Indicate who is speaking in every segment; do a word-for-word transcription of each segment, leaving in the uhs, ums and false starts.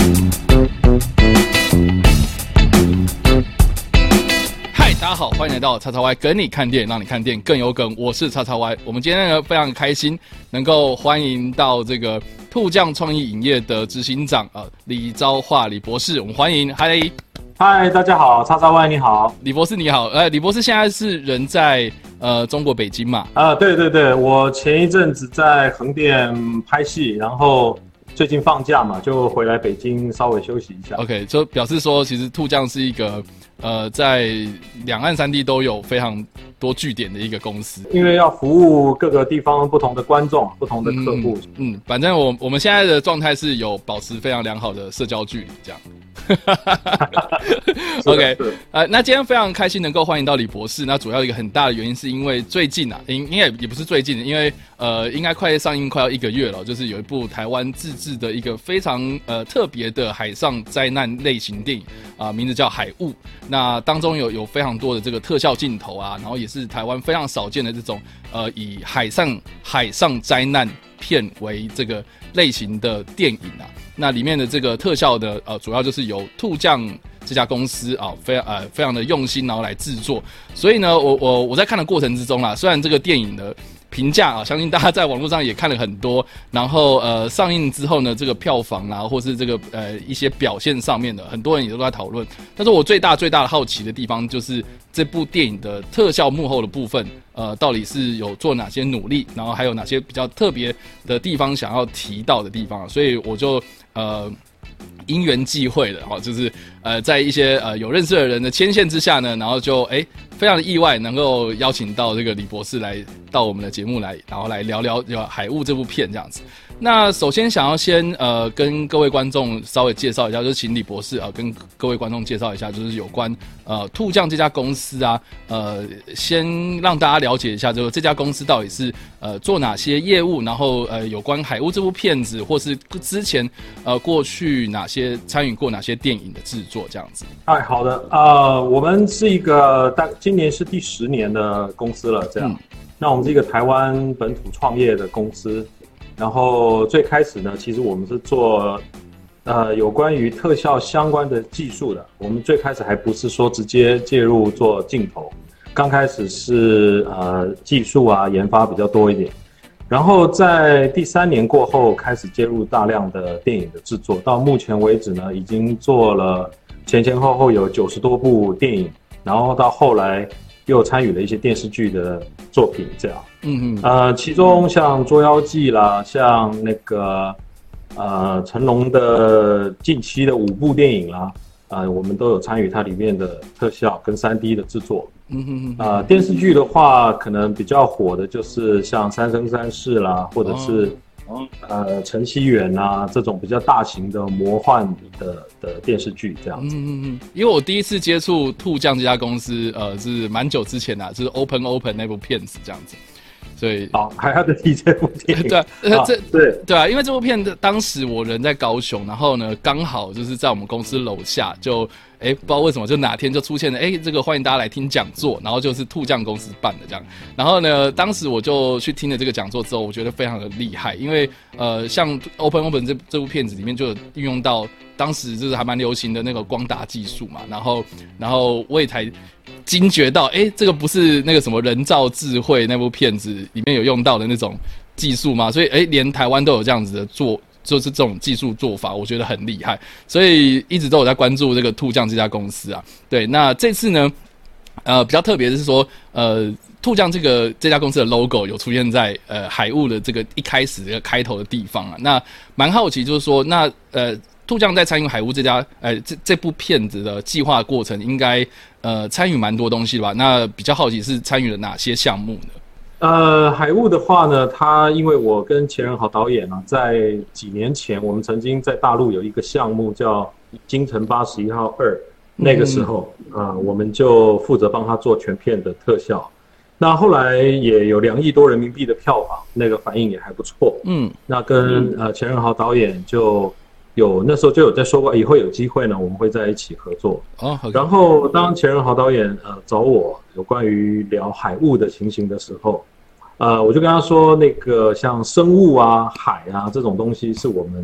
Speaker 1: 大家好，欢迎来到叉叉 Y 跟你看电影，让你看电影更有梗。我是叉叉 Y， 我们今天呢非常开心能够欢迎到这个兔酱创意影业的执行长呃李昭化李博士，我们欢迎。嗨，
Speaker 2: 嗨，大家好，叉叉 Y 你好，
Speaker 1: 李博士你好。呃，李博士现在是人在呃中国北京嘛？
Speaker 2: 啊、呃，对对对，我前一阵子在横店拍戏，然后最近放假嘛，就回来北京稍微休息一下。
Speaker 1: OK， 就表示说，其实兔酱是一个呃在两岸三地都有非常多据点的一个公司，
Speaker 2: 因为要服务各个地方不同的观众、不同的客户。
Speaker 1: 嗯，嗯反正我我们现在的状态是有保持非常良好的社交距离，这样。OK， 呃，那今天非常开心能够欢迎到李博士。那主要一个很大的原因是因为最近啊，应应该也不是最近，因为呃，应该快上映快要一个月了，就是有一部台湾自制的一个非常呃特别的海上灾难类型电影啊、呃，名字叫《海雾》。那当中有有非常多的这个特效镜头啊，然后也是台湾非常少见的这种呃以海上海上灾难片为这个类型的电影啊。那里面的这个特效的呃，主要就是由兔酱这家公司啊，非常呃非常的用心，然后来制作。所以呢，我我我在看的过程之中啦，虽然这个电影的评价啊，相信大家在网络上也看了很多，然后呃上映之后呢，这个票房啊，或是这个呃一些表现上面的，很多人也都在讨论。但是我最大最大的好奇的地方就是这部电影的特效幕后的部分，呃，到底是有做哪些努力，然后还有哪些比较特别的地方想要提到的地方，所以我就呃。因缘际会的哈，就是呃，在一些呃有认识的人的牵线之下呢，然后就哎非常的意外，能够邀请到这个李博士来到我们的节目来，然后来聊聊《海雾》这部片这样子。那首先想要先呃跟各位观众稍微介绍一下，就是请李博士啊、呃、跟各位观众介绍一下，就是有关呃兔酱这家公司啊，呃先让大家了解一下，就是这家公司到底是呃做哪些业务，然后呃有关《海雾》这部片子，或是之前呃过去哪些参与过哪些电影的制作这样子。
Speaker 2: 哎，好的，呃，我们是一个大今年是第十年的公司了，这样。嗯、那我们是一个台湾本土创业的公司。然后最开始呢，其实我们是做呃有关于特效相关的技术的。我们最开始还不是说直接介入做镜头，刚开始是呃技术啊研发比较多一点。然后在第三年过后开始介入大量的电影的制作，到目前为止呢，已经做了前前后后有九十多部电影，然后到后来又参与了一些电视剧的作品，这样。嗯嗯。呃，其中像《捉妖记》啦，像那个呃成龙的近期的五部电影啦，呃，我们都有参与它里面的特效跟 三 D 的制作。嗯嗯嗯。呃，电视剧的话，可能比较火的就是像《三生三世》啦，或者是。哦呃，陈希远啊，这种比较大型的魔幻的的电视剧这样子。嗯嗯
Speaker 1: 嗯。因为我第一次接触兔酱这家公司，呃，是蛮久之前的、啊，就是 Open Open 那部片子这样子。所以
Speaker 2: 哦，还要再提这部电影。
Speaker 1: 对啊，
Speaker 2: 啊
Speaker 1: 这
Speaker 2: 对
Speaker 1: 对啊，因为这部片当时我人在高雄，然后呢，刚好就是在我们公司楼下，就哎不知道为什么，就哪天就出现了，哎，这个欢迎大家来听讲座，然后就是兔酱公司办的这样。然后呢，当时我就去听了这个讲座之后，我觉得非常的厉害，因为呃，像 Open Open 这这部片子里面就有运用到当时就是还蛮流行的那个光达技术嘛，然后然后我也才惊觉到，哎，这个不是那个什么人造智慧那部片子里面有用到的那种技术吗？所以，哎，连台湾都有这样子的做，就是这种技术做法，我觉得很厉害。所以一直都有在关注这个兔酱这家公司啊。对，那这次呢，呃，比较特别的是说，呃，兔酱这个这家公司的 logo 有出现在呃海雾的这个一开始这个开头的地方啊。那蛮好奇，就是说，那呃。兔酱在参与海雾这家，呃，这这部片子的计划过程，应该呃参与蛮多东西的吧？那比较好奇是参与了哪些项目呢？
Speaker 2: 呃，海雾的话呢，它因为我跟钱仁豪导演啊，在几年前，我们曾经在大陆有一个项目叫《京城八十一号二》，那个时候啊、呃，我们就负责帮他做全片的特效。那后来也有两亿多人民币的票房，那个反应也还不错。嗯，那跟呃钱仁豪导演就。有那时候就有在说过，以后有机会呢，我们会在一起合作。哦，然后当钱仁豪导演呃找我有关于聊海雾的情形的时候，呃，我就跟他说，那个像生物啊、海啊这种东西是我们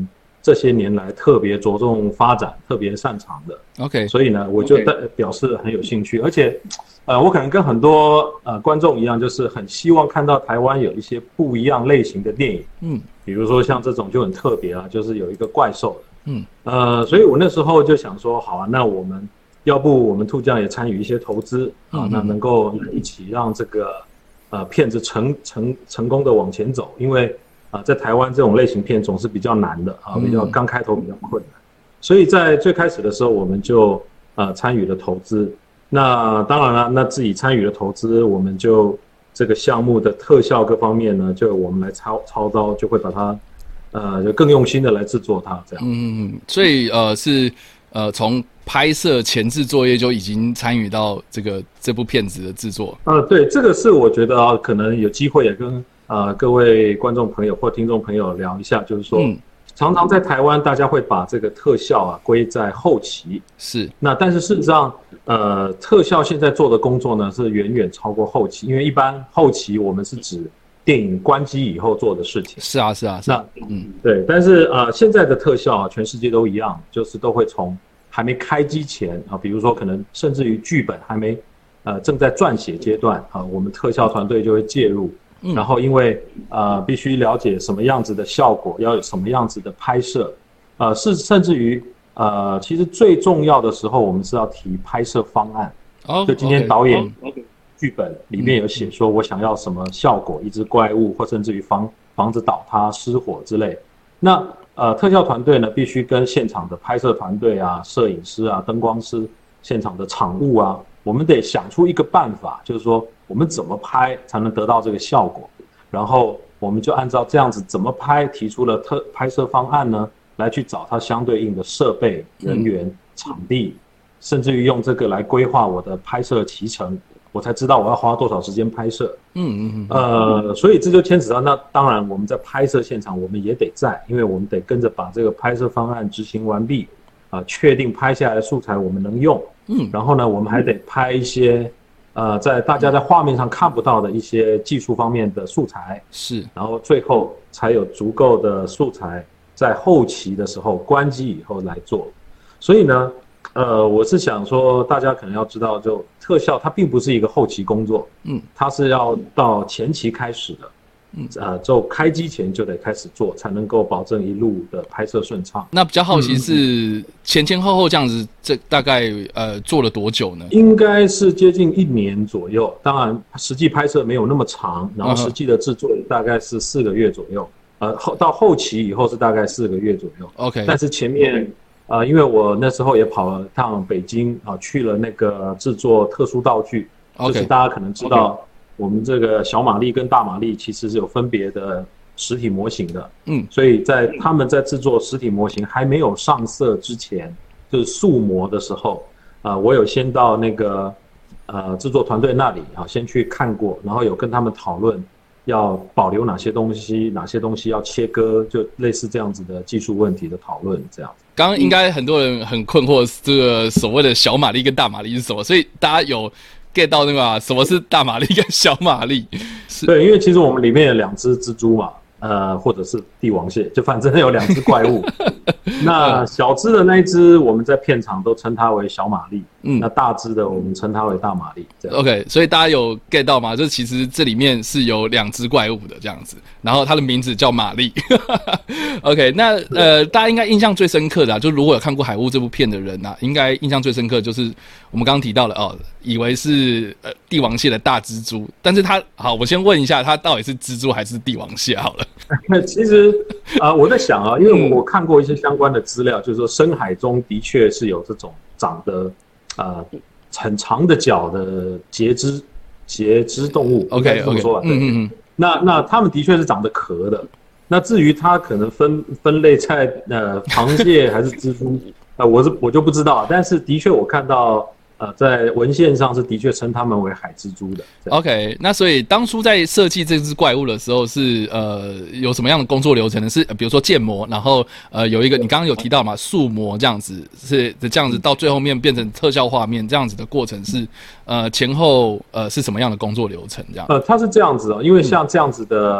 Speaker 2: 这些年来特别着重发展、特别擅长的。
Speaker 1: OK，
Speaker 2: 所以呢，我就表示很有兴趣，而且，呃，我可能跟很多呃观众一样，就是很希望看到台湾有一些不一样类型的电影，嗯，比如说像这种就很特别啊，就是有一个怪兽的，嗯，呃，所以我那时候就想说，好啊，那我们要不我们兔酱也参与一些投资啊，那能够一起让这个呃片子成成成功的往前走，因为啊，在台湾这种类型片总是比较难的啊，比较刚开头比较困难。所以在最开始的时候，我们就呃参与了投资。那当然了，那自己参与了投资，我们就这个项目的特效各方面呢，就我们来操操刀，就会把它呃就更用心的来制作它这样。
Speaker 1: 嗯，所以呃是呃从拍摄前置作业就已经参与到这个这部片子的制作。
Speaker 2: 呃，对，这个是我觉得啊，可能有机会也跟呃各位观众朋友或听众朋友聊一下，就是说。嗯，常常在台湾，大家会把这个特效啊归在后期，
Speaker 1: 是。
Speaker 2: 那但是事实上，呃，特效现在做的工作呢是远远超过后期，因为一般后期我们是指电影关机以后做的事情。
Speaker 1: 是啊，是啊，是啊。
Speaker 2: 那嗯，对。但是呃，现在的特效啊，全世界都一样，就是都会从还没开机前啊，比如说可能甚至于剧本还没呃正在撰写阶段啊，我们特效团队就会介入。然后因为呃必须了解什么样子的效果，要有什么样子的拍摄，呃是甚至于呃其实最重要的时候，我们是要提拍摄方案。哦，就今天导演剧本里面有写说我想要什么效果，一只怪物或甚至于房房子倒塌、失火之类。那呃特效团队呢必须跟现场的拍摄团队啊、摄影师啊、灯光师、现场的场务啊，我们得想出一个办法，就是说。我们怎么拍才能得到这个效果？然后我们就按照这样子怎么拍提出了特拍摄方案呢，来去找它相对应的设备、人员、场地，甚至于用这个来规划我的拍摄期程，我才知道我要花多少时间拍摄。嗯嗯嗯。呃，所以这就牵扯到，那当然我们在拍摄现场我们也得在，因为我们得跟着把这个拍摄方案执行完毕，啊、呃，确定拍下来的素材我们能用。嗯。然后呢，我们还得拍一些。呃，在大家在画面上看不到的一些技术方面的素材
Speaker 1: 是，
Speaker 2: 然后最后才有足够的素材在后期的时候关机以后来做。所以呢，呃，我是想说，大家可能要知道，就特效它并不是一个后期工作，嗯，它是要到前期开始的。嗯，呃，就开机前就得开始做，才能够保证一路的拍摄顺畅。
Speaker 1: 那比较好奇是前前后后这样子，这大概呃做了多久呢？
Speaker 2: 应该是接近一年左右。当然，实际拍摄没有那么长，然后实际的制作大概是四个月左右。呃，后到后期以后是大概四个月左右。
Speaker 1: OK，
Speaker 2: 但是前面呃，因为我那时候也跑了趟北京啊、呃，去了那个制作特殊道具，
Speaker 1: okay,
Speaker 2: 就是大家可能知道。Okay.我们这个小马力跟大马力其实是有分别的实体模型的，嗯，所以在他们在制作实体模型还没有上色之前，就是塑模的时候，啊、呃，我有先到那个呃制作团队那里啊，先去看过，然后有跟他们讨论要保留哪些东西，哪些东西要切割，就类似这样子的技术问题的讨论，这样子。
Speaker 1: 刚刚应该很多人很困惑，这个所谓的小马力跟大马力是什么，所以大家有。get 到那个、啊、什么是大马力跟小马力？
Speaker 2: 对，因为其实我们里面有两只蜘蛛嘛，呃，或者是帝王蟹，就反正有两只怪物。那小只的那一只，我们在片场都称它为小马力，嗯，那大只的我们称它为大马力。这样
Speaker 1: OK， 所以大家有 get 到吗？就其实这里面是有两只怪物的这样子，然后它的名字叫马力。OK， 那呃，大家应该印象最深刻的、啊，就如果有看过《海雾》这部片的人啊，应该印象最深刻就是我们刚刚提到了哦，以为是呃帝王蟹的大蜘蛛，但是它好，我先问一下，它到底是蜘蛛还是帝王蟹？好了，
Speaker 2: 那其实啊、呃，我在想啊，因为我看过一些相关的资料，就是说深海中的确是有这种长得呃很长的脚的节肢节肢动物。
Speaker 1: OK，
Speaker 2: 这么说吧，对，
Speaker 1: 嗯嗯嗯，
Speaker 2: 那那它们的确是长得壳的。那至于它可能分分类在呃螃蟹还是蜘蛛，呃我是我就不知道，但是的确我看到呃在文献上是的确称它们为海蜘蛛的。
Speaker 1: OK， 那所以当初在设计这只怪物的时候是呃有什么样的工作流程呢？是、呃、比如说建模，然后呃有一个你刚刚有提到嘛，塑模这样子，是这样子到最后面变成特效画面这样子的过程是呃前后呃是什么样的工作流程这样？
Speaker 2: 呃，它是这样子哦，因为像这样子的。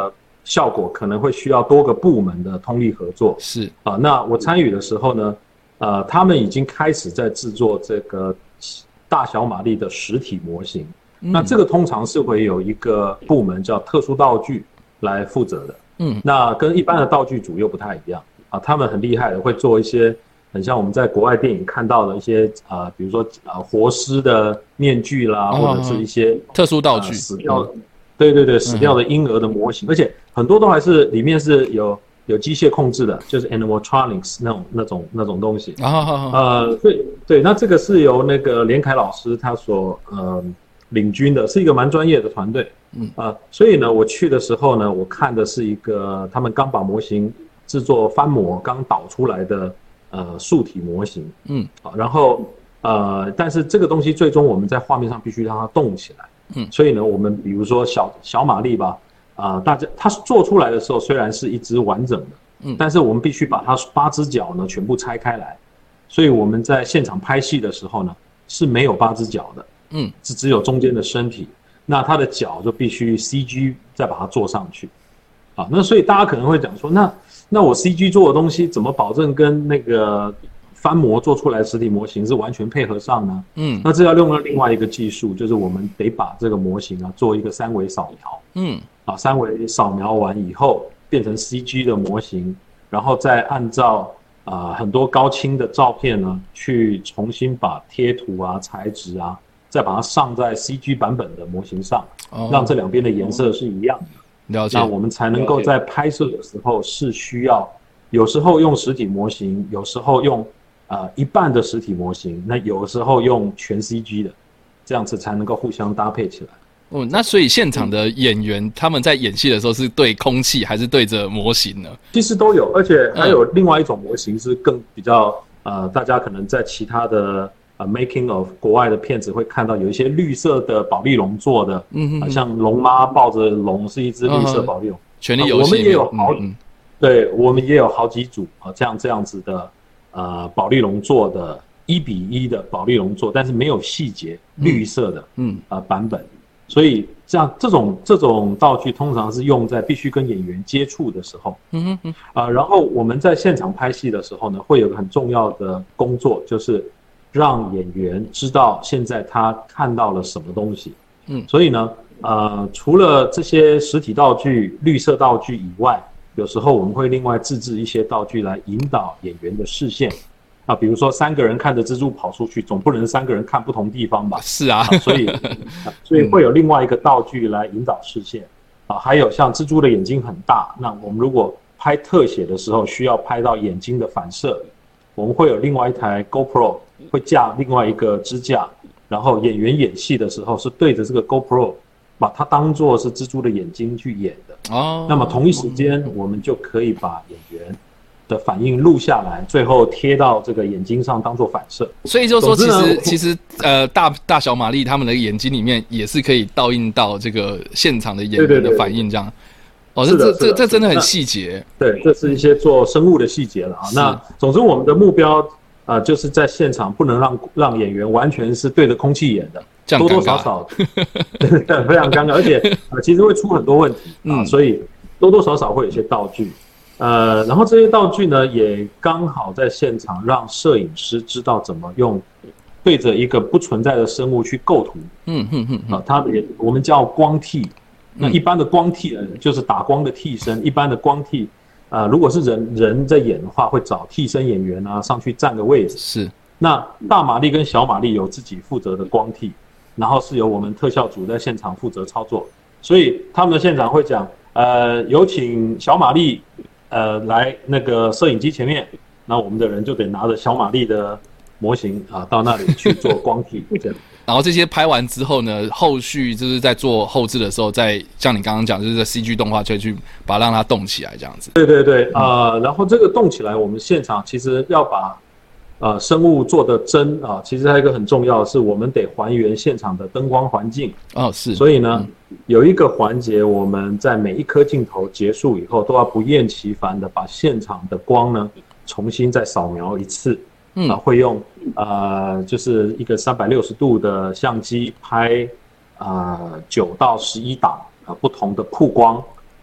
Speaker 2: 效果可能会需要多个部门的通力合作。
Speaker 1: 是
Speaker 2: 啊，那我参与的时候呢，呃，他们已经开始在制作这个大小马力的实体模型。嗯、那这个通常是会有一个部门叫特殊道具来负责的。嗯，那跟一般的道具组又不太一样啊，他们很厉害的，会做一些很像我们在国外电影看到的一些啊、呃，比如说啊活尸的面具啦，哦、或者是一些
Speaker 1: 特殊道具、呃、
Speaker 2: 死掉的。嗯对对对，死掉的婴儿的模型，嗯、而且很多都还是里面是有有机械控制的，就是 animatronics 那种那种那种东西。啊，呃，对对，那这个是由那个连凯老师他所呃领军的，是一个蛮专业的团队。嗯啊、呃，所以呢，我去的时候呢，我看的是一个他们刚把模型制作翻模刚导出来的呃素体模型。嗯，啊，然后呃，但是这个东西最终我们在画面上必须让它动起来。嗯，所以呢，我们比如说小小马力吧，啊、呃，大家它做出来的时候虽然是一只完整的，嗯，但是我们必须把它八只脚呢全部拆开来，所以我们在现场拍戏的时候呢是没有八只脚的，嗯，是只有中间的身体，那它的脚就必须 C G 再把它做上去，啊，那所以大家可能会讲说，那那我 C G 做的东西怎么保证跟那个翻模做出来的实体模型是完全配合上呢？嗯，那这要用到另外一个技术，就是我们得把这个模型啊做一个三维扫描。嗯，啊，三维扫描完以后变成 C G 的模型，然后再按照啊、呃、很多高清的照片呢，去重新把贴图啊、材质啊，再把它上在 C G 版本的模型上，哦、让这两边的颜色是一样的。了解。那我们才能够在拍摄的时候是需要，有时候用实体模型，有时候用呃，一半的实体模型，那有时候用全 C G 的，这样子才能够互相搭配起来。
Speaker 1: 哦，那所以现场的演员、嗯、他们在演戏的时候是对空气还是对着模型呢？
Speaker 2: 其实都有，而且还有另外一种模型是更比较呃，大家可能在其他的呃 making of 国外的片子会看到有一些绿色的保丽龙做的，嗯哼哼、呃，像龙妈抱着龙是一只绿色保丽龙。
Speaker 1: 权力游戏、呃，
Speaker 2: 我们也有好，嗯嗯对我们也有好几组啊、呃，这样这样子的。呃，保丽龙做的一比一的保丽龙做，但是没有细节，绿色的，嗯，呃版本，所以这样这种这种道具通常是用在必须跟演员接触的时候，嗯哼哼，啊、呃，然后我们在现场拍戏的时候呢，会有个很重要的工作，就是让演员知道现在他看到了什么东西，嗯，所以呢，呃，除了这些实体道具、绿色道具以外，有时候我们会另外自制一些道具来引导演员的视线，啊，比如说三个人看着蜘蛛跑出去，总不能三个人看不同地方吧？
Speaker 1: 是啊，
Speaker 2: 啊所以、啊、所以会有另外一个道具来引导视线，啊，还有像蜘蛛的眼睛很大，那我们如果拍特写的时候需要拍到眼睛的反射，我们会有另外一台 GoPro 会架另外一个支架，然后演员演戏的时候是对着这个 GoPro。把它当作是蜘蛛的眼睛去演的哦，那么同一时间我们就可以把演员的反应录下来，最后贴到这个眼睛上当作反射。
Speaker 1: 所以就说，其实其实呃大大小马力他们的眼睛里面也是可以倒映到这个现场的演员的反应，这样。哦，这这这这真的很细节。
Speaker 2: 对，这是一些做生物的细节了啊。那总之我们的目标啊、呃，就是在现场不能让让演员完全是对着空气演的。多多少少，对，非常尴尬，而且呃，其实会出很多问题啊、嗯，所以多多少少会有一些道具，呃，然后这些道具呢，也刚好在现场让摄影师知道怎么用对着一个不存在的生物去构图，嗯嗯嗯，啊，它也我们叫光替，那一般的光替就是打光的替身，一般的光替啊、呃，如果是人人在演的话，会找替身演员啊上去占个位置，
Speaker 1: 是，
Speaker 2: 那大马力跟小马力有自己负责的光替。然后是由我们特效组在现场负责操作，所以他们的现场会讲，呃，有请小马力，呃，来那个摄影机前面，那我们的人就得拿着小马力的模型啊，到那里去做光替，这样。
Speaker 1: 然后这些拍完之后呢，后续就是在做后制的时候，再像你刚刚讲，就是在 C G 动画就去把它让它动起来这样子。
Speaker 2: 对对对，啊、呃，然后这个动起来，我们现场其实要把。呃，生物做的真啊，其实还有一个很重要的是，我们得还原现场的灯光环境
Speaker 1: 哦，是。
Speaker 2: 所以呢，嗯、有一个环节，我们在每一颗镜头结束以后，都要不厌其烦的把现场的光呢重新再扫描一次。嗯，啊，会用呃，就是一个三百六十度的相机拍啊九到十一档啊不同的曝光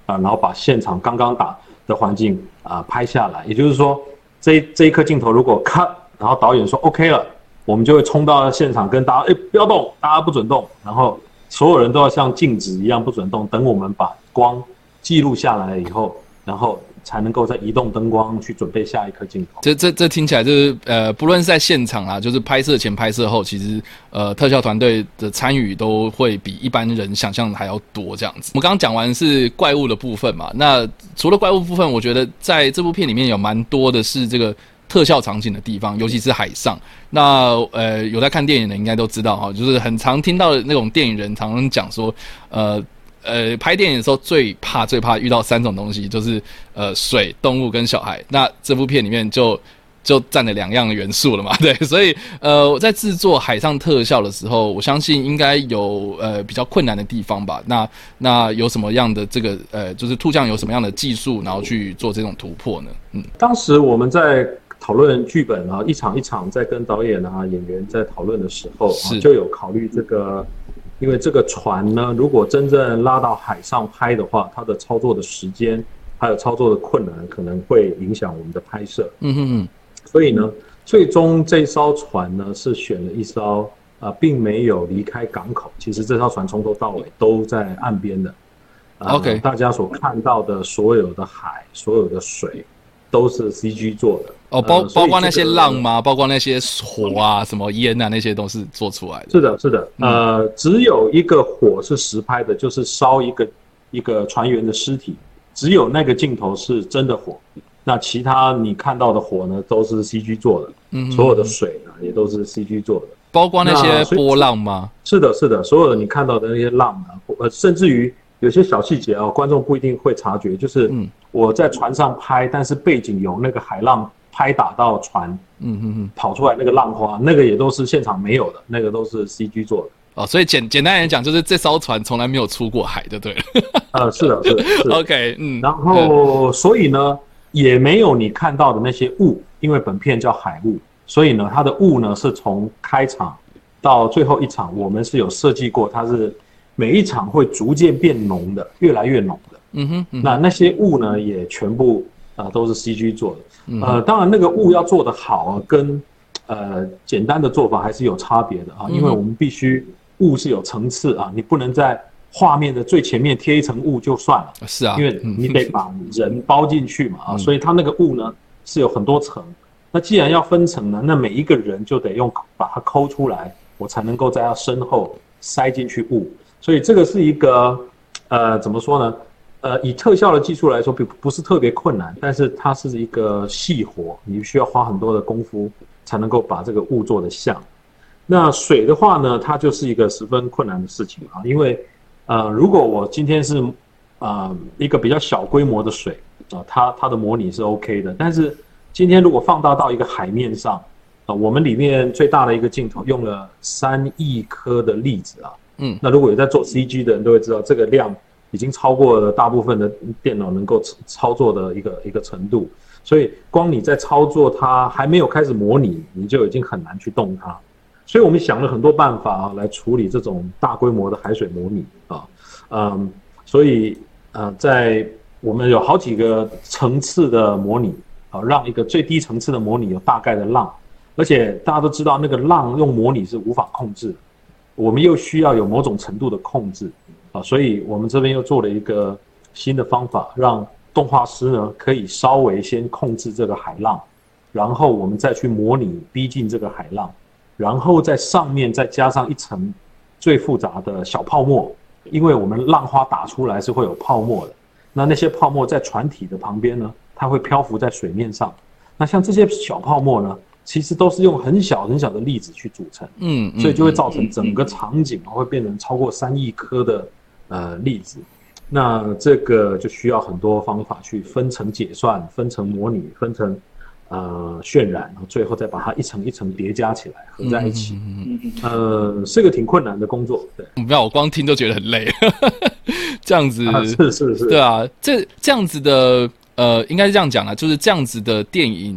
Speaker 2: 啊，然后把现场刚刚打的环境啊拍下来。也就是说，这这一颗镜头如果 cut， 然后导演说 OK 了，我们就会冲到现场跟大家，哎，不要动，大家不准动，然后所有人都要像静止一样不准动，等我们把光记录下来以后，然后才能够再移动灯光去准备下一颗镜头。
Speaker 1: 这这这听起来就是呃，不论是在现场啦，就是拍摄前、拍摄后，其实呃，特效团队的参与都会比一般人想象的还要多这样子。我们刚刚讲完是怪物的部分嘛，那除了怪物部分，我觉得在这部片里面有蛮多的是这个特效场景的地方，尤其是海上。那呃，有在看电影的应该都知道哈，就是很常听到的那种电影人常常讲说，呃。呃，拍电影的时候最怕最怕遇到三种东西，就是呃水、动物跟小孩。那这部片里面就就占了两样元素了嘛，对，所以呃我在制作海上特效的时候，我相信应该有呃比较困难的地方吧。那那有什么样的这个呃，就是兔将有什么样的技术，然后去做这种突破呢？嗯，
Speaker 2: 当时我们在讨论剧本啊，一场一场在跟导演啊、演员在讨论的时候，啊、就有考虑这个。因为这个船呢，如果真正拉到海上拍的话，它的操作的时间还有操作的困难，可能会影响我们的拍摄。嗯哼哼。所以呢，最终这艘船呢是选了一艘啊、呃，并没有离开港口。其实这艘船从头到尾都在岸边的。呃、OK， 大家所看到的所有的海、所有的水，都是 C G 做的。
Speaker 1: 哦，包、呃、包括那些浪吗？包括那些火啊、什么烟啊，那些都是做出来的。
Speaker 2: 是的，是的。呃，只有一个火是实拍的，就是烧一个一个船员的尸体，只有那个镜头是真的火。那其他你看到的火呢，都是 C G 做的。嗯，所有的水呢，也都是 C G 做的。
Speaker 1: 包括那些波浪吗？
Speaker 2: 是的，是的。所有的你看到的那些浪呢，呃，甚至于有些小细节啊，观众不一定会察觉，就是我在船上拍，但是背景有那个海浪。拍打到船，嗯嗯嗯，跑出来那个浪花，那个也都是现场没有的，那个都是 C G 做的。
Speaker 1: 哦，所以简简单来讲，就是这艘船从来没有出过海，就对了。
Speaker 2: 呃，是的，是的，是的。
Speaker 1: OK， 嗯。
Speaker 2: 然后，所以呢，也没有你看到的那些雾，因为本片叫海雾，所以呢，它的雾呢是从开场到最后一场，我们是有设计过，它是每一场会逐渐变浓的，越来越浓的。嗯哼，嗯哼。那那些雾呢，也全部啊、呃、都是 C G 做的。呃，当然那个雾要做得好啊，跟呃简单的做法还是有差别的啊，因为我们必须雾是有层次啊，你不能在画面的最前面贴一层雾就算了，
Speaker 1: 是啊，
Speaker 2: 因为你得把人包进去嘛啊，所以它那个雾呢是有很多层，那既然要分层呢，那每一个人就得用把它抠出来，我才能够在他身后塞进去雾，所以这个是一个呃怎么说呢？呃，以特效的技术来说，不不是特别困难，但是它是一个细活，你需要花很多的功夫才能够把这个雾做得像。那水的话呢，它就是一个十分困难的事情啊，因为呃，如果我今天是呃一个比较小规模的水啊、呃，它它的模拟是 OK 的，但是今天如果放大到一个海面上啊、呃，我们里面最大的一个镜头用了三亿颗的粒子啊，嗯，那如果有在做 C G 的人都会知道这个量。已经超过了大部分的电脑能够操作的一个一个程度，所以光你在操作它还没有开始模拟，你就已经很难去动它。所以我们想了很多办法啊，来处理这种大规模的海水模拟啊，嗯，所以呃，在我们有好几个层次的模拟啊，让一个最低层次的模拟有大概的浪，而且大家都知道那个浪用模拟是无法控制的，我们又需要有某种程度的控制。啊，所以我们这边又做了一个新的方法，让动画师呢可以稍微先控制这个海浪，然后我们再去模拟逼近这个海浪，然后在上面再加上一层最复杂的小泡沫，因为我们浪花打出来是会有泡沫的，那那些泡沫在船体的旁边呢，它会漂浮在水面上，那像这些小泡沫呢，其实都是用很小很小的粒子去组成，嗯，所以就会造成整个场景会变成超过三亿颗的。呃，粒子，那这个就需要很多方法去分层解算、分层模拟、分层呃渲染，然后最后再把它一层一层叠加起来，合在一起。嗯嗯嗯、呃，是个挺困难的工作。对，
Speaker 1: 不要我光听都觉得很累。这样子、
Speaker 2: 啊、是是是，
Speaker 1: 对啊，这这样子的呃，应该是这样讲啦，就是这样子的电影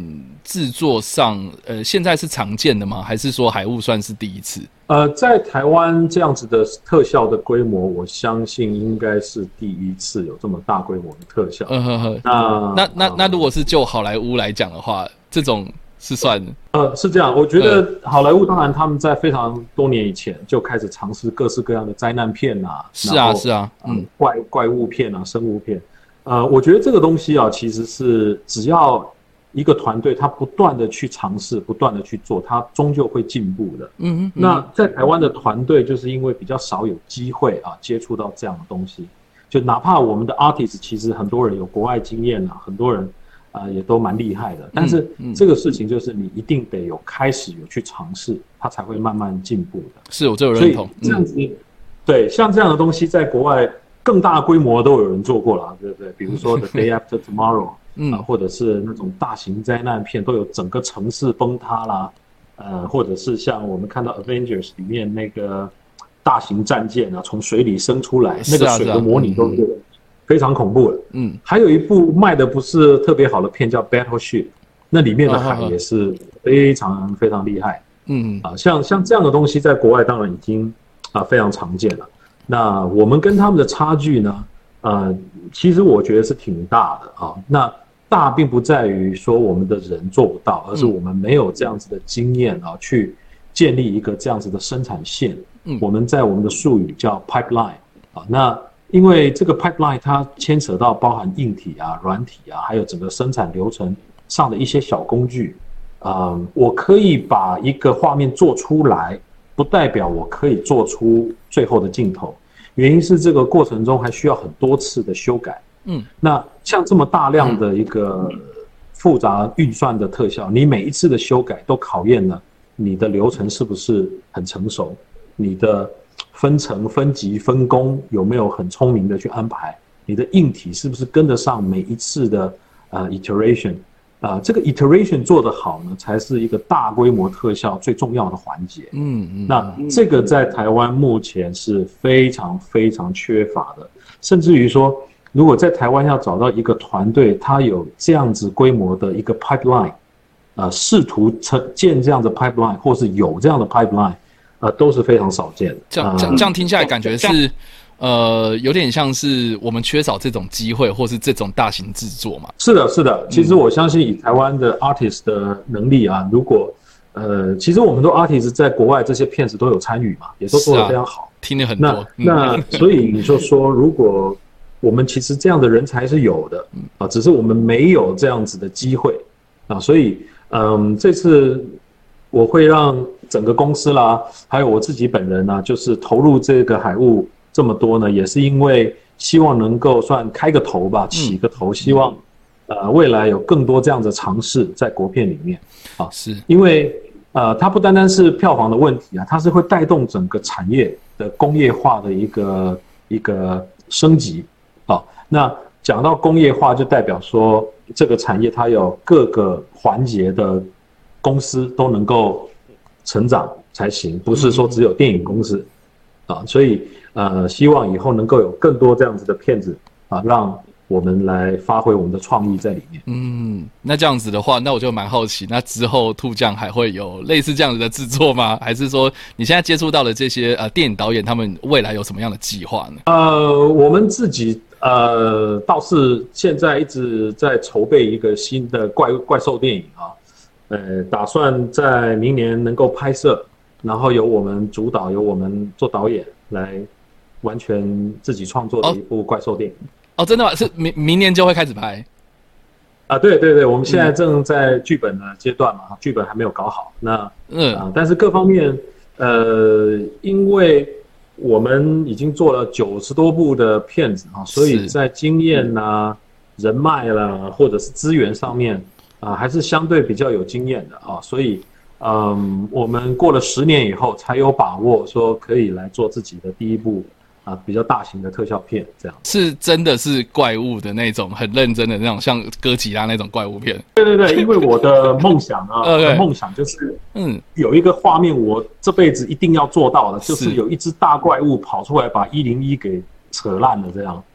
Speaker 1: 制作上，呃，现在是常见的吗？还是说海雾算是第一次？
Speaker 2: 呃，在台湾这样子的特效的规模，我相信应该是第一次有这么大规模的特效。
Speaker 1: 嗯呵呵。
Speaker 2: 那
Speaker 1: 那那那如果是就好莱坞来讲的话，这种是算
Speaker 2: 呃是这样，我觉得好莱坞当然他们在非常多年以前就开始尝试各式各样的灾难片啊，
Speaker 1: 是啊是啊，
Speaker 2: 嗯，怪怪物片啊，生物片。呃，我觉得这个东西啊，其实是只要一个团队他不断的去尝试，不断的去做，他终究会进步的。嗯, 嗯那在台湾的团队就是因为比较少有机会啊接触到这样的东西，就哪怕我们的 artist 其实很多人有国外经验啊，很多人啊、呃、也都蛮厉害的，但是这个事情就是你一定得有开始有去尝试，他才会慢慢进步的。
Speaker 1: 是我这有认同。
Speaker 2: 所以这样子、嗯，对，像这样的东西在国外更大规模都有人做过了，对不对？比如说 The Day After Tomorrow。嗯、啊，或者是那种大型灾难片，都有整个城市崩塌啦，呃，或者是像我们看到 Avengers 里面那个大型战舰啊，从水里升出来，那个水的模拟都是非常恐怖的。嗯，还有一部卖的不是特别好的片叫 Battleship， 那里面的海也是非常非常厉害。嗯啊，像像这样的东西，在国外当然已经啊非常常见了。那我们跟他们的差距呢，呃，其实我觉得是挺大的啊。那大并不在于说我们的人做不到，而是我们没有这样子的经验啊，去建立一个这样子的生产线。嗯，我们在我们的术语叫 pipeline 啊。那因为这个 pipeline 它牵扯到包含硬体啊、软体啊，还有整个生产流程上的一些小工具。啊，我可以把一个画面做出来，不代表我可以做出最后的镜头。原因是这个过程中还需要很多次的修改。嗯，那像这么大量的一个复杂运算的特效，你每一次的修改都考验了你的流程是不是很成熟，你的分层、分级、分工有没有很聪明的去安排，你的硬体是不是跟得上每一次的呃 iteration 啊、呃，这个 iteration 做得好呢，才是一个大规模特效最重要的环节。嗯嗯，那这个在台湾目前是非常非常缺乏的，甚至于说，如果在台湾要找到一个团队，他有这样子规模的一个 pipeline， 呃，试图建这样的 pipeline， 或是有这样的 pipeline， 呃，都是非常少见的。
Speaker 1: 这样这样这样听下来，感觉是，呃，有点像是我们缺少这种机会，或是这种大型制作嘛？
Speaker 2: 是的，是的。其实我相信以台湾的 artist 的能力啊，如果呃，其实我们都 artist 在国外这些片子都有参与嘛，也都做得非常好，
Speaker 1: 啊、听了很多。
Speaker 2: 那、嗯、那所以你就说，如果我们其实这样的人才是有的啊，只是我们没有这样子的机会啊，所以嗯，这次我会让整个公司啦，还有我自己本人啊，就是投入这个海雾这么多呢，也是因为希望能够算开个头吧，起个头，希望呃未来有更多这样的尝试在国片里面啊，是因为呃它不单单是票房的问题啊，它是会带动整个产业的工业化的一个一个升级。好，那讲到工业化，就代表说这个产业它有各个环节的公司都能够成长才行，不是说只有电影公司啊。所以呃，希望以后能够有更多这样子的片子啊，让我们来发挥我们的创意在里面。
Speaker 1: 嗯，那这样子的话，那我就蛮好奇，那之后兔酱还会有类似这样子的制作吗？还是说你现在接触到的这些呃电影导演，他们未来有什么样的计划呢？
Speaker 2: 呃，我们自己呃倒是现在一直在筹备一个新的怪怪兽电影啊，呃，打算在明年能够拍摄，然后由我们主导，由我们做导演来完全自己创作的一部怪兽电影。
Speaker 1: 哦，真的吗？是明明年就会开始拍
Speaker 2: 啊？对对对，我们现在正在剧本的阶段嘛，剧本还没有搞好。那嗯、啊，但是各方面，呃，因为我们已经做了九十多部的片子啊，所以在经验啦、人脉啦，或者是资源上面啊，还是相对比较有经验的啊。所以，嗯，我们过了十年以后，才有把握说可以来做自己的第一部。啊，比较大型的特效片，这样
Speaker 1: 是真的是怪物的那种，很认真的那种，像哥吉拉那种怪物片。
Speaker 2: 对对对，因为我的梦想啊，我的梦想就是，嗯，有一个画面我这辈子一定要做到的，就是有一只大怪物跑出来把一零一给扯烂了，这样。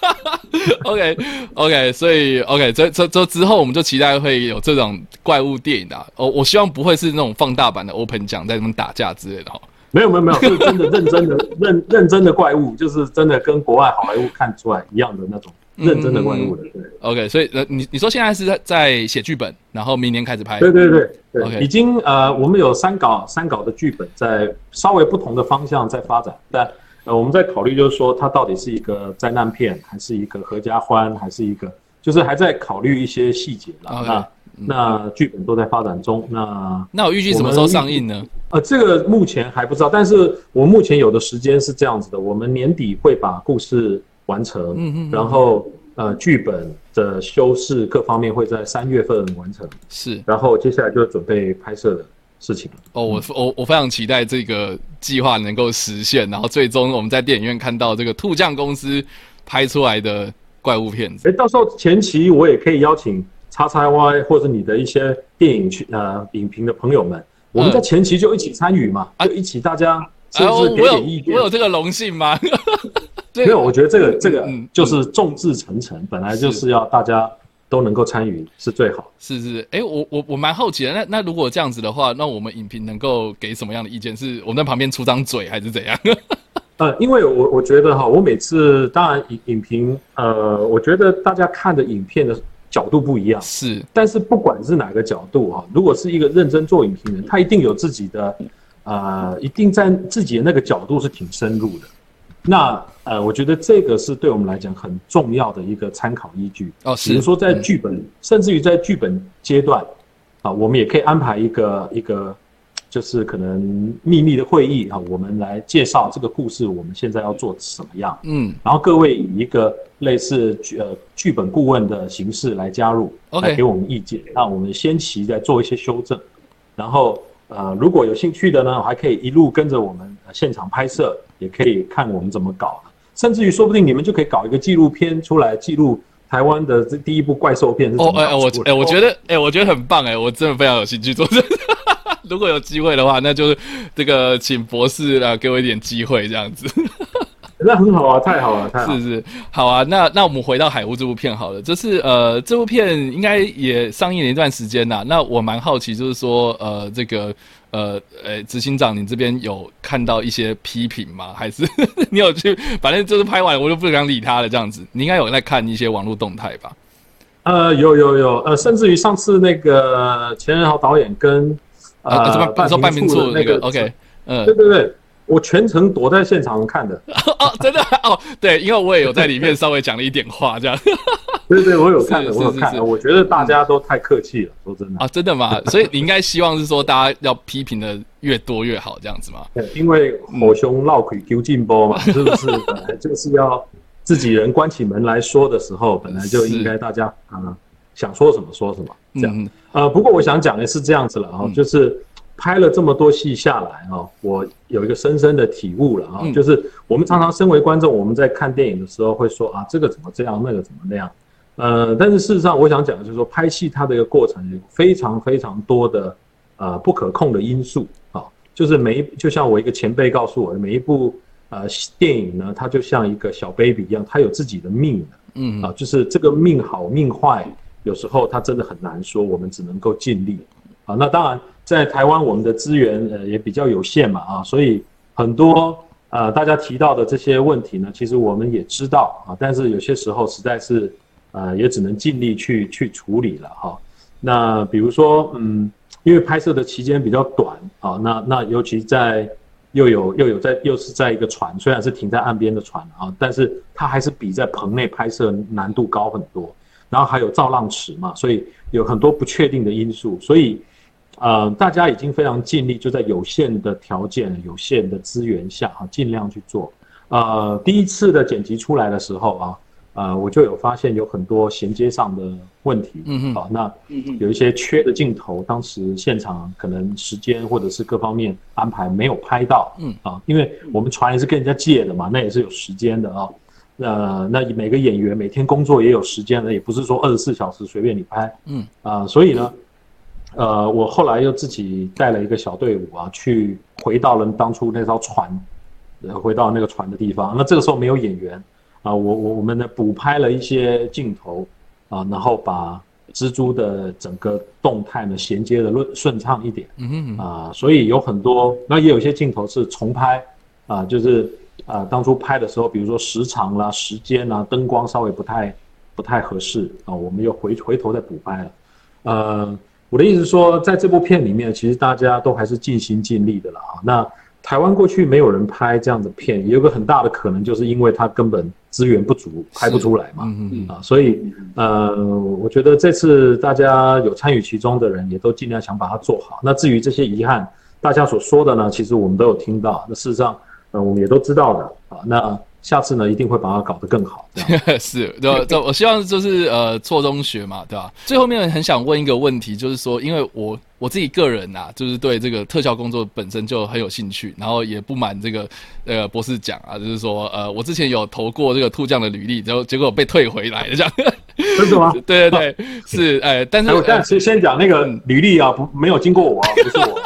Speaker 1: OK OK， 所以 OK， 这这这之后我们就期待会有这种怪物电影啊。哦，我希望不会是那种放大版的 Open 奖在那边打架之类的哈。
Speaker 2: 没有没有没有，是真的认真的认认真的怪物，就是真的跟国外好莱坞看出来一样的那种认真的怪物的。对
Speaker 1: ，OK， 所以呃，你你说现在是在在写剧本，然后明年开始拍？
Speaker 2: 对对对对
Speaker 1: ，OK，
Speaker 2: 已经呃，我们有三稿三稿的剧本在稍微不同的方向在发展，但呃，我们在考虑就是说，它到底是一个灾难片，还是一个合家欢，还是一个，就是还在考虑一些细节啦。Okay，那那剧本都在发展中。那
Speaker 1: 那我预计什么时候上映呢？
Speaker 2: 呃，这个目前还不知道，但是我目前有的时间是这样子的，我们年底会把故事完成，嗯嗯，然后呃，剧本的修饰各方面会在三月份完成，
Speaker 1: 是，
Speaker 2: 然后接下来就准备拍摄的事情了。
Speaker 1: 哦，我我我非常期待这个计划能够实现，然后最终我们在电影院看到这个兔酱公司拍出来的怪物片子。
Speaker 2: 哎，到时候前期我也可以邀请叉叉 Y 或者你的一些电影去呃影评的朋友们。我们在前期就一起参与嘛，嗯、就一起大家甚至给点意见。
Speaker 1: 我有我有这个荣幸吗？
Speaker 2: 没有，我觉得这个这个就是众志成城，本来就是要大家都能够参与是最好。
Speaker 1: 是是，哎、欸，我我我蛮好奇的，那那如果这样子的话，那我们影评能够给什么样的意见？是我们在旁边出张嘴，还是怎样？
Speaker 2: 呃，因为我我觉得哈，我每次当然影影评，呃，我觉得大家看的影片的角度不一样，
Speaker 1: 是，
Speaker 2: 但是不管是哪个角度哈，如果是一个认真做影评人，他一定有自己的，呃，一定在自己的那个角度是挺深入的。那呃，我觉得这个是对我们来讲很重要的一个参考依据。
Speaker 1: 哦，是。
Speaker 2: 比如说在剧本，嗯、甚至于在剧本阶段，啊，我们也可以安排一个一个，就是可能秘密的会议啊，我们来介绍这个故事，我们现在要做什么样。嗯。然后各位以一个类似呃剧本顾问的形式来加入，
Speaker 1: OK，
Speaker 2: 来给我们意见，让我们先期再做一些修正，然后。呃，如果有兴趣的呢，还可以一路跟着我们现场拍摄，也可以看我们怎么搞，甚至于说不定你们就可以搞一个纪录片出来，记录台湾的这第一部怪兽片是怎么搞出来的。哦，哎、欸，我哎、欸，我觉得哎、欸，我觉得很棒哎、欸，我真的非常有兴趣做这个。如果有机会的话，那就是这个请博士来给我一点机会，这样子。 那很好啊，太好了，太好了。
Speaker 1: 是是，好啊。那那我们回到海雾这部片好了，就是呃，这部片应该也上映了一段时间啦。那我蛮好奇，就是说呃，这个呃呃，执行长，你这边有看到一些批评吗？还是你有去？反正就是拍完我就不想理他了，这样子。你应该有在看一些网络动态吧？
Speaker 2: 呃，有有有，呃，甚至于上次那个钱仁豪导演跟呃，
Speaker 1: 呃半说半平处那个 ，OK， 嗯，
Speaker 2: 对对对。我全程躲在现场看的
Speaker 1: 哦，真的哦，对，因为我也有在里面稍微讲了一点话，这样。
Speaker 2: 对对，我有看的，我有看的。我觉得大家都太客气了，说真的
Speaker 1: 啊，真的吗？所以你应该希望是说大家要批评的越多越好，这样子吗？
Speaker 2: 对，因为火熊闹鬼丢进波嘛，是不是？本来就是要自己人关起门来说的时候，本来就应该大家啊、呃、想说什么说什么这样。嗯、呃，不过我想讲的是这样子了啊、嗯，就是。拍了这么多戏下来啊，我有一个深深的体悟了啊，就是我们常常身为观众，我们在看电影的时候会说啊，这个怎么这样，那个怎么那样，呃，但是事实上，我想讲的就是说，拍戏它的一个过程有非常非常多的呃不可控的因素啊，就是每一就像我一个前辈告诉我的，每一部呃电影呢，它就像一个小 baby 一样，它有自己的命的，嗯啊，就是这个命好命坏，有时候它真的很难说，我们只能够尽力啊，那当然。在台湾，我们的资源呃也比较有限嘛啊，所以很多呃大家提到的这些问题呢，其实我们也知道啊，但是有些时候实在是呃也只能尽力去去处理了哈。那比如说嗯，因为拍摄的期间比较短啊，那那尤其在又有又有在又是在一个船，虽然是停在岸边的船啊，但是它还是比在棚内拍摄难度高很多。然后还有造浪池嘛，所以有很多不确定的因素，所以。呃，大家已经非常尽力，就在有限的条件、有限的资源下啊，尽量去做。呃，第一次的剪辑出来的时候啊，呃，我就有发现有很多衔接上的问题，嗯啊，那有一些缺的镜头，当时现场可能时间或者是各方面安排没有拍到，嗯啊，因为我们船也是跟人家借的嘛，那也是有时间的啊。呃，那每个演员每天工作也有时间的，也不是说二十四小时随便你拍，嗯啊，所以呢。呃，我后来又自己带了一个小队伍啊，去回到了当初那艘船，呃，回到那个船的地方。那这个时候没有演员啊，我我我们呢补拍了一些镜头啊，然后把蜘蛛的整个动态呢衔接的顺顺畅一点，嗯啊，所以有很多，那也有一些镜头是重拍啊，就是啊当初拍的时候，比如说时长啦、时间啦、灯光稍微不太不太合适啊，我们又回回头再补拍了。呃，我的意思是说，在这部片里面，其实大家都还是尽心尽力的了啊。那台湾过去没有人拍这样的片，也有个很大的可能，就是因为它根本资源不足，拍不出来嘛。嗯嗯啊，所以呃，我觉得这次大家有参与其中的人，也都尽量想把它做好。那至于这些遗憾，大家所说的呢，其实我们都有听到。那事实上，呃，我们也都知道的啊。那下次呢，一定会把它搞得更好。
Speaker 1: 是，对，对，我希望就是呃错中学嘛，对吧？最后面很想问一个问题，就是说，因为我我自己个人啊，就是对这个特效工作本身就很有兴趣，然后也不满这个呃博士讲啊，就是说呃我之前有投过这个兔酱的履历，然后结果被退回来了，这样。
Speaker 2: 真的吗？
Speaker 1: 对对对，是，哎，但是
Speaker 2: 我但是先讲那个履历啊，不没有经过我啊，不是我。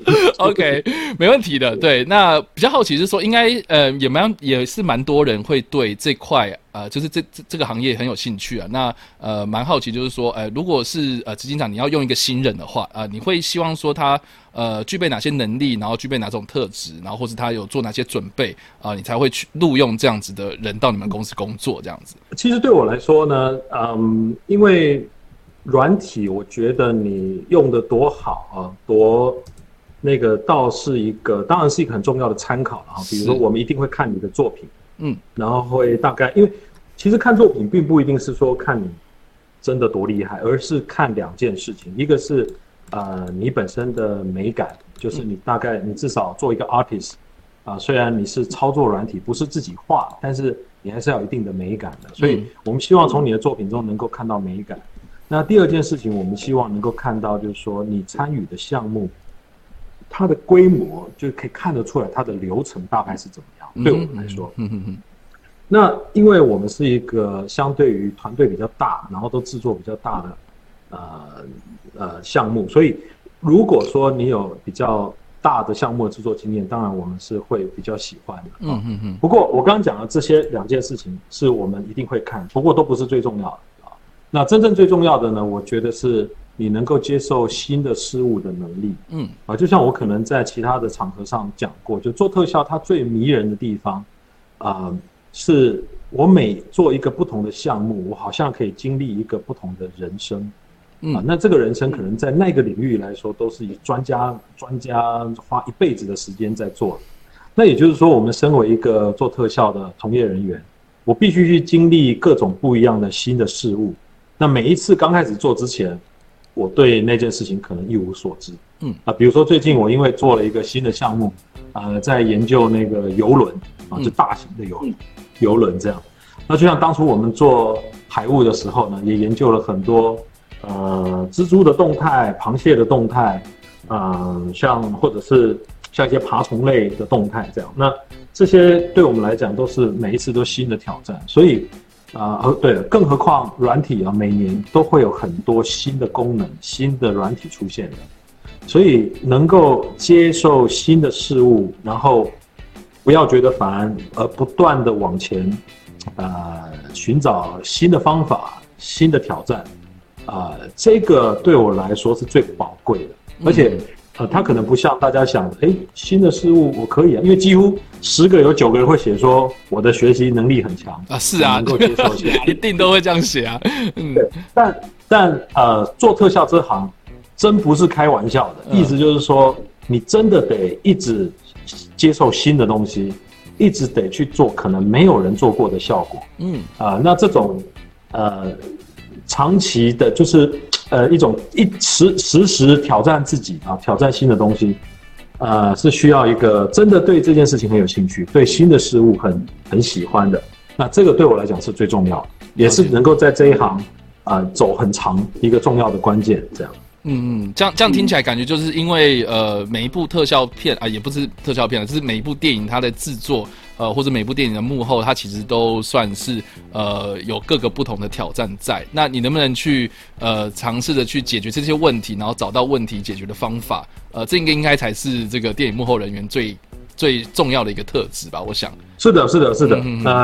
Speaker 1: OK， 没问题的。对，那比较好奇是说，应该呃也蛮也是蛮多人会对这块呃就是这这这个行业很有兴趣啊。那呃蛮好奇就是说，呃如果是呃执行长你要用一个新人的话，啊、呃、你会希望说他呃具备哪些能力，然后具备哪种特质，然后或是他有做哪些准备啊、呃，你才会去录用这样子的人到你们公司工作这样子？
Speaker 2: 其实对我来说呢，嗯，因为软体，我觉得你用的多好啊，多。那个倒是一个，当然是一个很重要的参考了啊。比如说，我们一定会看你的作品，嗯，然后会大概，因为其实看作品并不一定是说看你真的多厉害，而是看两件事情，一个是呃你本身的美感，就是你大概你至少做一个 artist 啊、呃，虽然你是操作软体，不是自己画，但是你还是要有一定的美感的。所以我们希望从你的作品中能够看到美感。那第二件事情，我们希望能够看到，就是说你参与的项目。它的规模就可以看得出来，它的流程大概是怎么样。对我们来说，嗯嗯嗯。那因为我们是一个相对于团队比较大，然后都制作比较大的呃呃项目，所以如果说你有比较大的项目的制作经验，当然我们是会比较喜欢的。嗯嗯嗯。不过我刚刚讲的这些两件事情是我们一定会看，不过都不是最重要的啊。那真正最重要的呢，我觉得是。你能够接受新的事物的能力，嗯，啊，就像我可能在其他的场合上讲过，就做特效它最迷人的地方，啊、呃，是我每做一个不同的项目，我好像可以经历一个不同的人生，嗯，啊，那这个人生可能在那个领域来说，都是以专家专家花一辈子的时间在做的。那也就是说，我们身为一个做特效的从业人员，我必须去经历各种不一样的新的事物。那每一次刚开始做之前，我对那件事情可能一无所知，嗯啊，比如说最近我因为做了一个新的项目，呃，在研究那个邮轮啊，就大型的邮邮轮这样。那就像当初我们做海务的时候呢，也研究了很多呃蜘蛛的动态、螃蟹的动态，呃，像或者是像一些爬虫类的动态这样。那这些对我们来讲都是每一次都新的挑战，所以。啊、呃，对了，更何况软体啊，每年都会有很多新的功能、新的软体出现的，所以能够接受新的事物，然后不要觉得烦，而不断的往前，呃，寻找新的方法、新的挑战，啊、呃，这个对我来说是最宝贵的，而且。呃，他可能不像大家想的，哎，新的事物我可以啊，因为几乎十个有九个人会写说我的学习能力很强
Speaker 1: 啊，是啊，
Speaker 2: 能够接受
Speaker 1: 一定都会这样写啊，
Speaker 2: 嗯，对，但但呃，做特效这行真不是开玩笑的，嗯、意思就是说，你真的得一直接受新的东西，一直得去做可能没有人做过的效果，嗯，啊、呃，那这种呃长期的，就是。呃，一种一时时时挑战自己啊，挑战新的东西，呃，是需要一个真的对这件事情很有兴趣，对新的事物很很喜欢的。那这个对我来讲是最重要的，也是能够在这一行啊、呃、走很长一个重要的关键。这样，
Speaker 1: 嗯嗯，这样这样听起来感觉就是因为呃每一部特效片啊，也不是特效片了，就是每一部电影它的制作。呃，或者每部电影的幕后，它其实都算是呃有各个不同的挑战在。那你能不能去呃尝试着去解决这些问题，然后找到问题解决的方法？呃，这个应该才是这个电影幕后人员最最重要的一个特质吧？我想。
Speaker 2: 是的，是的，是的。嗯、呃，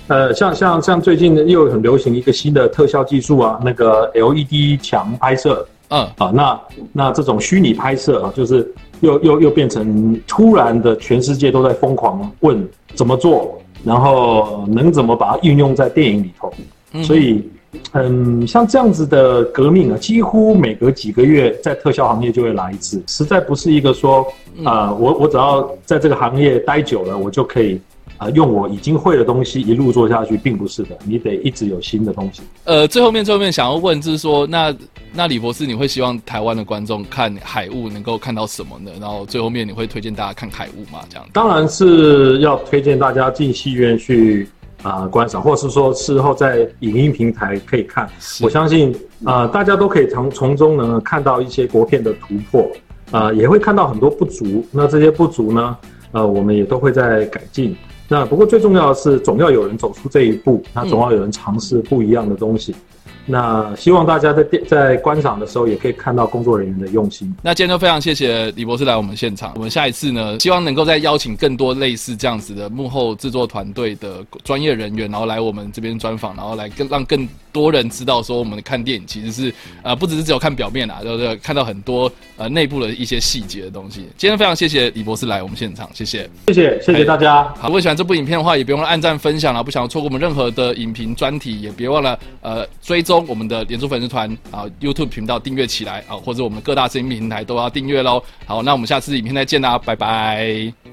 Speaker 2: 呃，像像像最近又很流行一个新的特效技术啊，那个 L E D 墙拍摄，
Speaker 1: 嗯，
Speaker 2: 啊，那那这种虚拟拍摄啊，就是又又又变成突然的，全世界都在疯狂问怎么做，然后能怎么把它运用在电影里头，嗯、所以。嗯，像这样子的革命啊，几乎每隔几个月在特效行业就会来一次，实在不是一个说，啊、呃，我我只要在这个行业待久了，我就可以啊、呃、用我已经会的东西一路做下去，并不是的，你得一直有新的东西。
Speaker 1: 呃，最后面最后面想要问就是说，那那李博士，你会希望台湾的观众看海雾能够看到什么呢？然后最后面你会推荐大家看海雾吗？这样子？
Speaker 2: 当然是要推荐大家进戏院去。啊、呃，观赏，或是说事后在影音平台可以看，我相信啊、呃，大家都可以从从中呢看到一些国片的突破，啊、呃，也会看到很多不足。那这些不足呢，呃，我们也都会在改进。那不过最重要的是，总要有人走出这一步，那总要有人尝试不一样的东西。嗯那希望大家在在观赏的时候，也可以看到工作人员的用心。
Speaker 1: 那今天就非常谢谢李博士来我们现场。我们下一次呢，希望能够再邀请更多类似这样子的幕后制作团队的专业人员，然后来我们这边专访，然后来更让更多人知道说，我们看电影其实是呃不只是只有看表面啦，就是看到很多呃内部的一些细节的东西。今天非常谢谢李博士来我们现场，谢谢，
Speaker 2: 谢谢，谢谢大家。
Speaker 1: 好，如果喜欢这部影片的话，也别忘了按赞分享啦，不想要错过我们任何的影评专题，也别忘了呃追踪我们的脸书粉丝团啊 ，YouTube 频道订阅起来啊，或者我们各大声音平台都要订阅咯。好，那我们下次影片再见啦，拜拜。